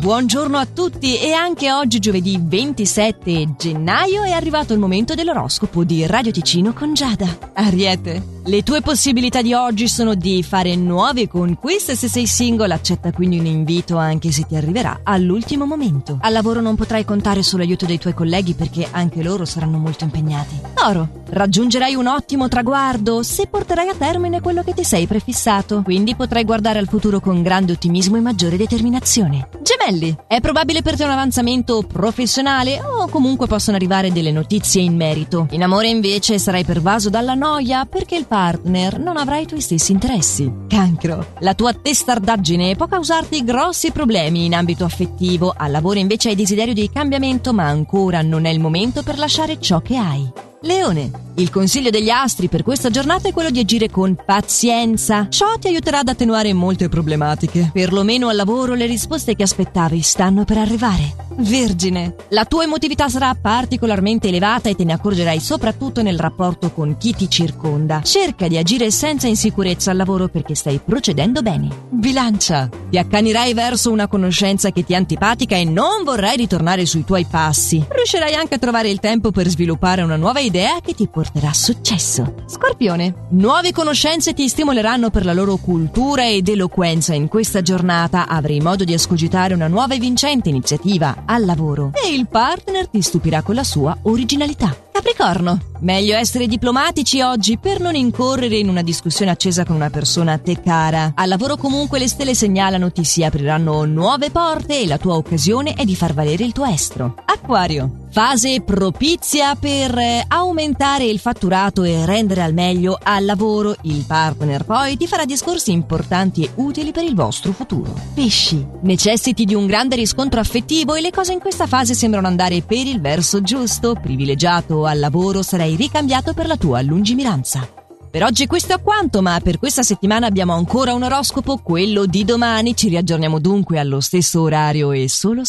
Buongiorno a tutti e anche oggi giovedì 27 gennaio è arrivato il momento dell'oroscopo di Radio Ticino con Giada. Ariete, le tue possibilità di oggi sono di fare nuove conquiste. Se sei single accetta quindi un invito anche se ti arriverà all'ultimo momento. Al lavoro non potrai contare sull'aiuto dei tuoi colleghi perché anche loro saranno molto impegnati. Toro, raggiungerai un ottimo traguardo se porterai a termine quello che ti sei prefissato, quindi potrai guardare al futuro con grande ottimismo e maggiore determinazione. Gemelli, è probabile per te un avanzamento professionale o comunque possono arrivare delle notizie in merito. In amore invece sarai pervaso dalla noia perché il partner non avrà i tuoi stessi interessi. Cancro, la tua testardaggine può causarti grossi problemi in ambito affettivo. Al lavoro invece hai desiderio di cambiamento ma ancora non è il momento per lasciare ciò che hai. Leone, il consiglio degli astri per questa giornata è quello di agire con pazienza. Ciò ti aiuterà ad attenuare molte problematiche. Perlomeno al lavoro le risposte che aspettavi stanno per arrivare. Vergine, la tua emotività sarà particolarmente elevata e te ne accorgerai soprattutto nel rapporto con chi ti circonda. Cerca di agire senza insicurezza al lavoro perché stai procedendo bene. Bilancia, ti accanirai verso una conoscenza che ti è antipatica e non vorrai ritornare sui tuoi passi. Riuscirai anche a trovare il tempo per sviluppare una nuova idea che ti porterà successo. Scorpione, nuove conoscenze ti stimoleranno per la loro cultura ed eloquenza. In questa giornata avrai modo di escogitare una nuova e vincente iniziativa al lavoro e il partner ti stupirà con la sua originalità. Capricorno, meglio essere diplomatici oggi per non incorrere in una discussione accesa con una persona a te cara. Al lavoro comunque le stelle segnalano ti si apriranno nuove porte e la tua occasione è di far valere il tuo estro. Acquario, fase propizia per aumentare il fatturato e rendere al meglio al lavoro. Il partner poi ti farà discorsi importanti e utili per il vostro futuro. Pesci, necessiti di un grande riscontro affettivo e le cose in questa fase sembrano andare per il verso giusto. Privilegiato al lavoro sarai ricambiato per la tua lungimiranza. Per oggi questo è quanto, ma per questa settimana abbiamo ancora un oroscopo, quello di domani. Ci riaggiorniamo dunque allo stesso orario e solo